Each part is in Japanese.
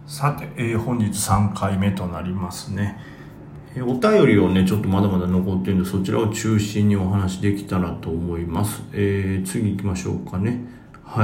さて、本日3回目となりますね。お便りをねちょっとまだまだ残っているので、そちらを中心にお話できたらと思います。次行きましょうかね。はい、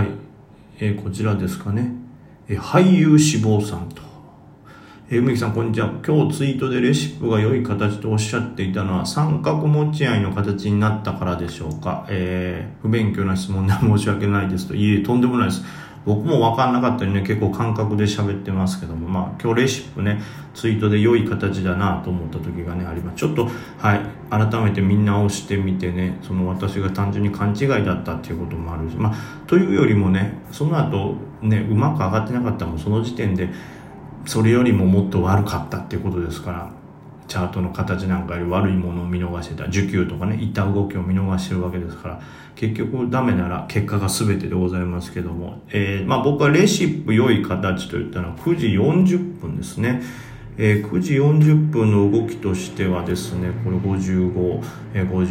こちらですかね。俳優志望さんと、梅木さんこんにちは。今日ツイートでレシピが良い形とおっしゃっていたのは三角持ち合いの形になったからでしょうか。不勉強な質問で申し訳ないですと。いえ、とんでもないです。僕も分かんなかったりね、結構感覚で喋ってますけども、今日レシピねツイートで良い形だなと思った時がねあります。ちょっとはい改めてみんな押してみてね、その私が単純に勘違いだったっていうこともあるし、というよりもね、その後ねうまく上がってなかったらもうその時点でそれよりももっと悪かったっていうことですから、チャートの形なんかより悪いものを見逃してた、需給とかねいった動きを見逃してるわけですから、結局ダメなら結果が全てでございますけども、僕はレシピ良い形といったのは9時40分ですね。9時40分の動きとしてはですね、これ55、5時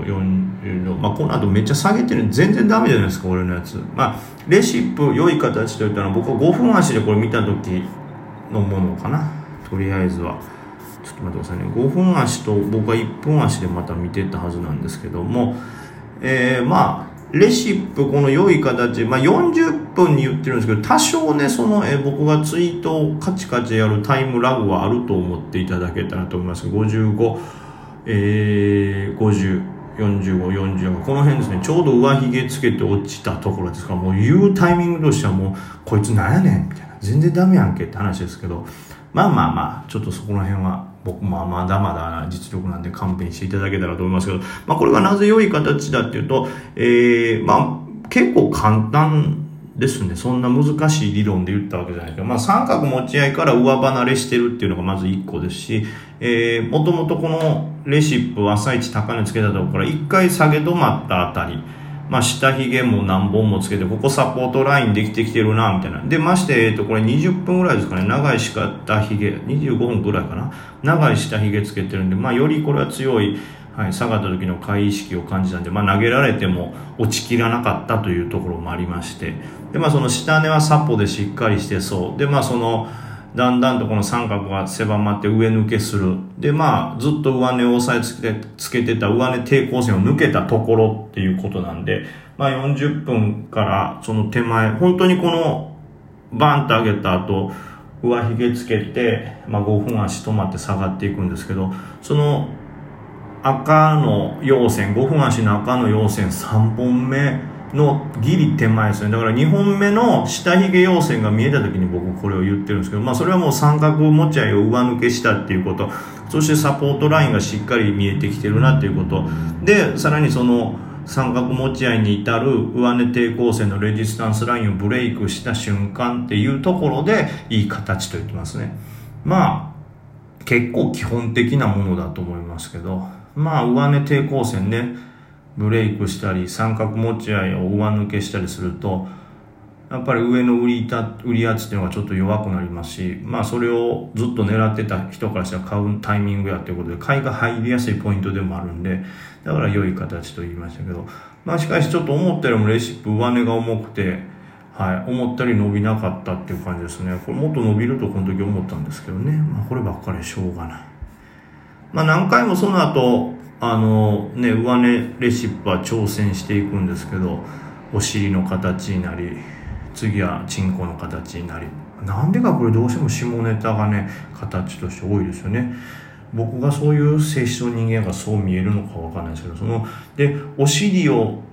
45、40、この後めっちゃ下げてる、全然ダメじゃないですか俺のやつ。レシピ良い形といったのは僕は5分足でこれ見た時のものかな。とりあえずはちょっと待ってくださいね。5分足と僕は1分足でまた見てたはずなんですけども、レシピこの良い形、40分に言ってるんですけど、多少ねその、僕がツイートをカチカチやるタイムラグはあると思っていただけたらと思います。55、50、45、40、この辺ですね、ちょうど上髭つけて落ちたところですから、もう言うタイミングとしてはもうこいつなんやねんみたいな、全然ダメやんけって話ですけど、ちょっとそこら辺は僕もまだまだ実力なんで勘弁していただけたらと思いますけど、これがなぜ良い形だっていうと、結構簡単ですね。そんな難しい理論で言ったわけじゃないけど、三角持ち合いから上離れしてるっていうのがまず1個ですし、もともとこのレシピ朝一高値つけたところから1回下げ止まったあたり、下髭も何本もつけて、ここサポートラインできてきてるなみたいな。でまして、これ20分ぐらいですかね、長い下髭25分ぐらいかな、長い下髭つけてるんで、よりこれは強い、下がった時の買い意識を感じたんで、投げられても落ちきらなかったというところもありまして、でその下値はサポでしっかりしてそうで、そのだんだんとこの三角が狭まって上抜けする。でずっと上値を押さえつけてた上値抵抗線を抜けたところっていうことなんで、40分からその手前、本当にこのバンと上げた後上髭つけて、5分足止まって下がっていくんですけど、その赤の陽線、5分足の赤の陽線3本目のギリ手前ですね。だから2本目の下髭陽線が見えた時に僕これを言ってるんですけど、それはもう三角持ち合いを上抜けしたっていうこと、そしてサポートラインがしっかり見えてきてるなっていうことで、さらにその三角持ち合いに至る上値抵抗線のレジスタンスラインをブレイクした瞬間っていうところでいい形と言ってますね。結構基本的なものだと思いますけど、上値抵抗線ねブレイクしたり三角持ち合いを上抜けしたりすると、やっぱり上の売り圧っていうのがちょっと弱くなりますし、それをずっと狙ってた人からしたら買うタイミングやっていうことで買いが入りやすいポイントでもあるんで、だから良い形と言いましたけど、しかしちょっと思ったよりもレシピ上値が重くて、思ったより伸びなかったっていう感じですね。これもっと伸びるとこの時思ったんですけどね、こればっかりしょうがない。何回もその後上値レシピは挑戦していくんですけど、お尻の形になり、次はチンコの形になり、なんでかこれどうしても下ネタがね形として多いですよね。僕がそういう性質の人間がそう見えるのかわかんないですけど、お尻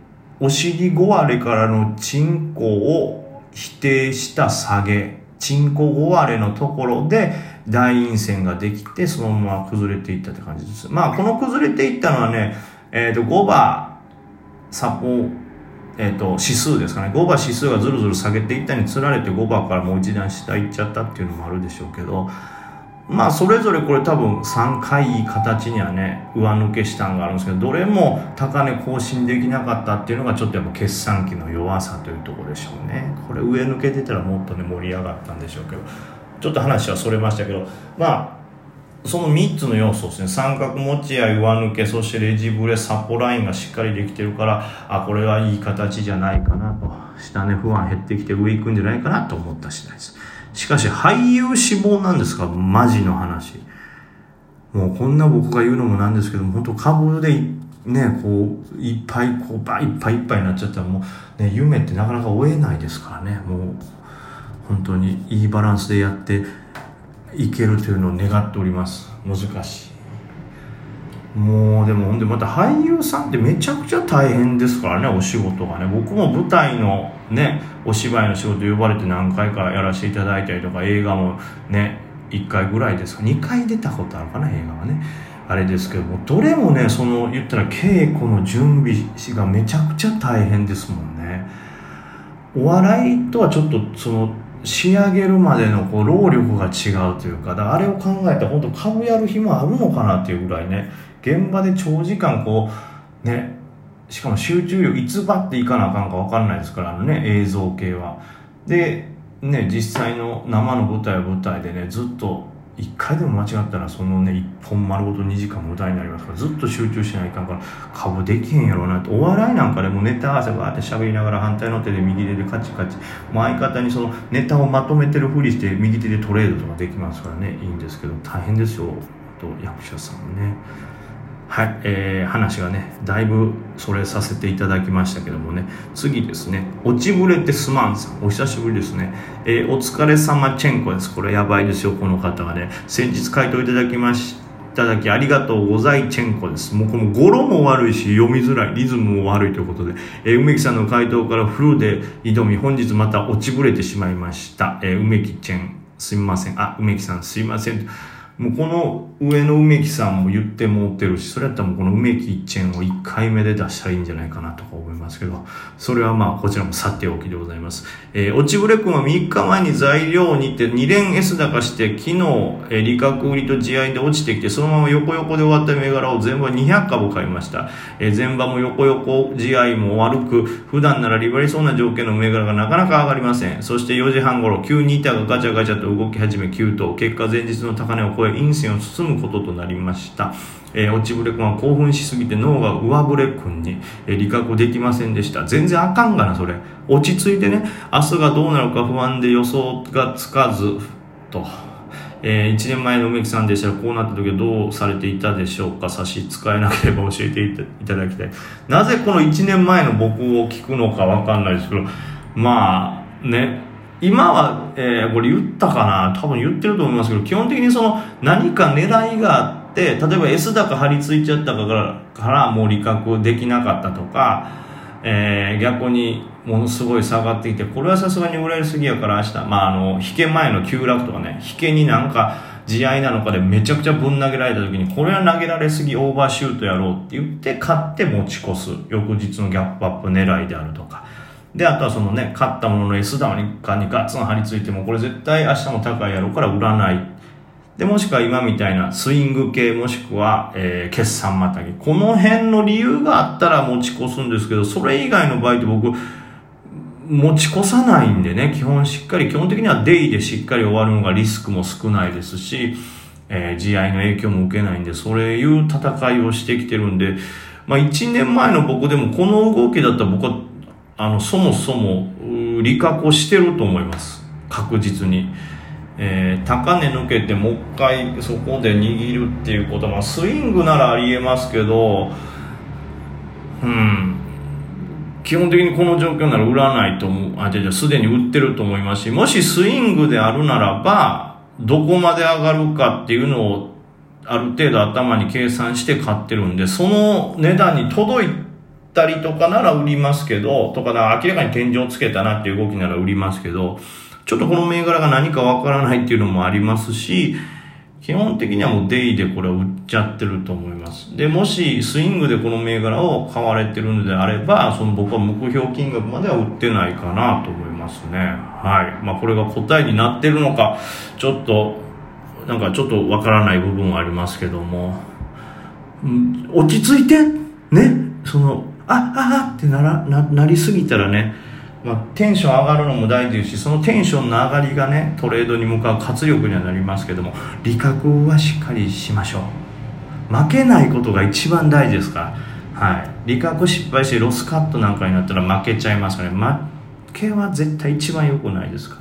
5割れからのチンコを否定した下げ、チンコ5割れのところで大陰線ができて、そのまま崩れていったって感じです。この崩れていったのはね、5番指数ですかね。5番指数がずるずる下げていったにつられて5番からもう一段下行っちゃったっていうのもあるでしょうけど、それぞれこれ多分3回いい形にはね上抜けしたんがあるんですけど、どれも高値更新できなかったっていうのがちょっとやっぱ決算期の弱さというところでしょうね。これ上抜けてたらもっとね盛り上がったんでしょうけど、ちょっと話はそれましたけど、その3つの要素ですね。三角持ち合い、上抜け、そしてレジブレ、サポラインがしっかりできてるから、これはいい形じゃないかなと、下値不安減ってきて上行くんじゃないかなと思った次第です。 しかし俳優志望なんですか、マジの話。もうこんな僕が言うのもなんですけども、本当株でね、こういっぱいこういっぱいになっちゃったらもう、ね、夢ってなかなか追えないですからね。もう本当にいいバランスでやっていけるというのを願っております。難しい。もうでもほんでまた俳優さんってめちゃくちゃ大変ですからね、お仕事がね。僕も舞台のね、お芝居の仕事呼ばれて何回かやらせていただいたりとか、映画もね1回ぐらいですか、2回出たことあるかな、映画はね、あれですけども、どれもね、その言ったら稽古の準備がめちゃくちゃ大変ですもんね。お笑いとはちょっとその仕上げるまでのこう労力が違うというか、だからあれを考えたら本当株やる暇あるのかなっていうぐらいね、現場で長時間こうね、しかも集中力いつばっていかなあかんか分かんないですから、映像系は。でね、実際の生の舞台は舞台でね、ずっと1回でも間違ったらそのね1本丸ごと2時間無駄になりますから、ずっと集中しないかんから株できへんやろうなって。お笑いなんかでもネタ合わせバーって喋りながら反対の手で右手でカチカチ、もう相方にそのネタをまとめてるふりして右手でトレードとかできますからね、いいんですけど大変ですよと、役者さんもね。はい、話がねだいぶそれさせていただきましたけどもね、次ですね、落ちぶれてすまんさん、お久しぶりですね。お疲れ様チェンコです。これやばいですよ、この方がね。先日回答いただきありがとうございチェンコです。もうこの語呂も悪いし読みづらい、リズムも悪いということで、梅木さんの回答からフルで挑み、本日また落ちぶれてしまいました。梅木チェンすみません、梅木さんすいません。もうこの上の梅木さんも言ってもってるし、それやったらもうこの梅木チェンを1回目で出したらいいんじゃないかなとか思いますけど、それはまあこちらもさておきでございます。落ちぶれくんは3日前に材料にて2連 S 高して、昨日、利確売りと地合いで落ちてきて、そのまま横横で終わった銘柄を全場200株買いました。全場も横横地合いも悪く、普段なら利張りそうな条件の銘柄がなかなか上がりません。そして4時半頃、急に板がガチャガチャと動き始め急騰、結果前日の高値を超え陰線を包むこととなりました。落ちぶれくんは興奮しすぎて脳が上振れくんに、理覚できませんでした。全然あかんがな、それ。落ち着いてね、明日がどうなるか不安で予想がつかずと。1年前の梅木さんでしたらこうなった時はどうされていたでしょうか。差し支えなければ教えていただきたい。なぜこの1年前の僕を聞くのかわかんないですけど、まあね、今は、これ言ったかな、多分言ってると思いますけど、基本的にその何か狙いがあって、例えば S 高張り付いちゃったからもう利確できなかったとか、逆にものすごい下がってきて、これはさすがに売られすぎやから明日、引け前の急落とかね、引けになんか地合いなのかでめちゃくちゃぶん投げられた時に、これは投げられすぎ、オーバーシュートやろうって言って買って持ち越す、翌日のギャップアップ狙いであるとかで、あとはそのね、買ったものの S 高にガッツン張り付いても、これ絶対明日も高いやろうから売らないで、もしくは今みたいなスイング系、もしくは、決算またぎ、この辺の理由があったら持ち越すんですけど、それ以外の場合って僕持ち越さないんでね、基本的にはデイでしっかり終わるのがリスクも少ないですし、地合いの影響も受けないんで、そういう戦いをしてきてるんで、1年前の僕でもこの動きだったら僕はそもそも利確をしてると思います、確実に。高値抜けてもう一回そこで握るっていうことは、スイングならありえますけど、基本的にこの状況なら売らないと思う。すでに売ってると思いますし、もしスイングであるならばどこまで上がるかっていうのをある程度頭に計算して買ってるんで、その値段に届いたりとかなら売りますけど、明らかに天井つけたなっていう動きなら売りますけど、ちょっとこの銘柄が何かわからないっていうのもありますし、基本的にはもうデイでこれを売っちゃってると思います。で、もしスイングでこの銘柄を買われてるのであれば、僕は目標金額までは売ってないかなと思いますね。はい。これが答えになってるのか、ちょっとわからない部分はありますけども、落ち着いてね、ってなりすぎたらね、テンション上がるのも大事ですし、そのテンションの上がりがね、トレードに向かう活力にはなりますけども、利確はしっかりしましょう。負けないことが一番大事ですから。はい。利確失敗してロスカットなんかになったら負けちゃいますからね。負けは絶対一番良くないですから。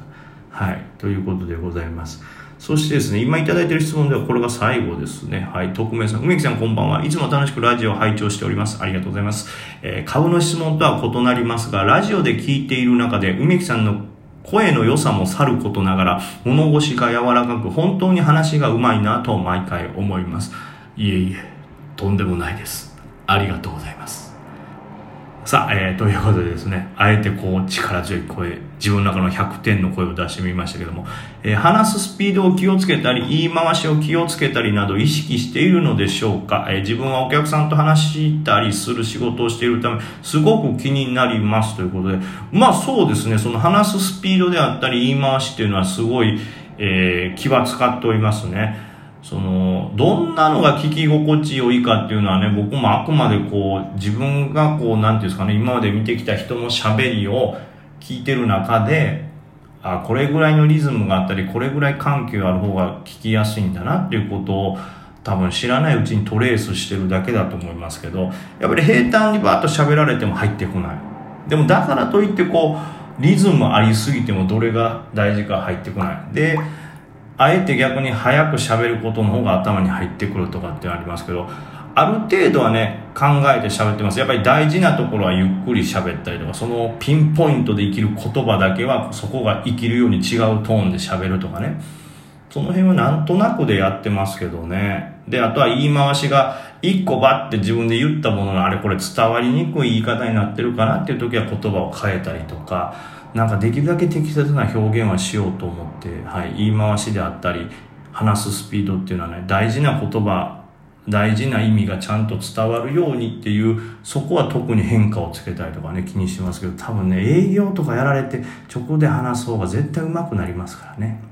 はい。ということでございます。そしてですね、今いただいている質問ではこれが最後ですね。はい。匿名さん、梅木さんこんばんは。いつも楽しくラジオを拝聴しております。ありがとうございます。株の質問とは異なりますが、ラジオで聞いている中で、梅木さんの声の良さもさることながら、物腰が柔らかく、本当に話がうまいなと毎回思います。いえいえ、とんでもないです。ありがとうございます。さあ、ということでですね、あえてこう力強い声、自分の中の100点の声を出してみましたけども、話すスピードを気をつけたり、言い回しを気をつけたりなど意識しているのでしょうか。自分はお客さんと話したりする仕事をしているため、すごく気になりますということで、まあそうですね、その話すスピードであったり言い回しっていうのはすごい、気は使っておりますね。どんなのが聞き心地良いかっていうのはね、僕もあくまでこう、自分がこう、なんていうんですかね、今まで見てきた人の喋りを聞いてる中で、これぐらいのリズムがあったり、これぐらい緩急ある方が聞きやすいんだなっていうことを、多分知らないうちにトレースしてるだけだと思いますけど、やっぱり平坦にバーッと喋られても入ってこない。でもだからといってこう、リズムありすぎてもどれが大事か入ってこない。で、あえて逆に早く喋ることの方が頭に入ってくるとかってありますけど、ある程度はね、考えて喋ってます。やっぱり大事なところはゆっくり喋ったりとか、そのピンポイントで生きる言葉だけはそこが生きるように違うトーンで喋るとかね。その辺はなんとなくでやってますけどね。で、あとは言い回しが一個バッて自分で言ったもののあれこれ伝わりにくい言い方になってるかなっていう時は言葉を変えたりとか、なんかできるだけ適切な表現はしようと思って、はい、言い回しであったり話すスピードっていうのはね、大事な言葉、大事な意味がちゃんと伝わるようにっていう、そこは特に変化をつけたりとかね、気にしますけど、多分ね、営業とかやられて直で話す方が絶対上手くなりますからね。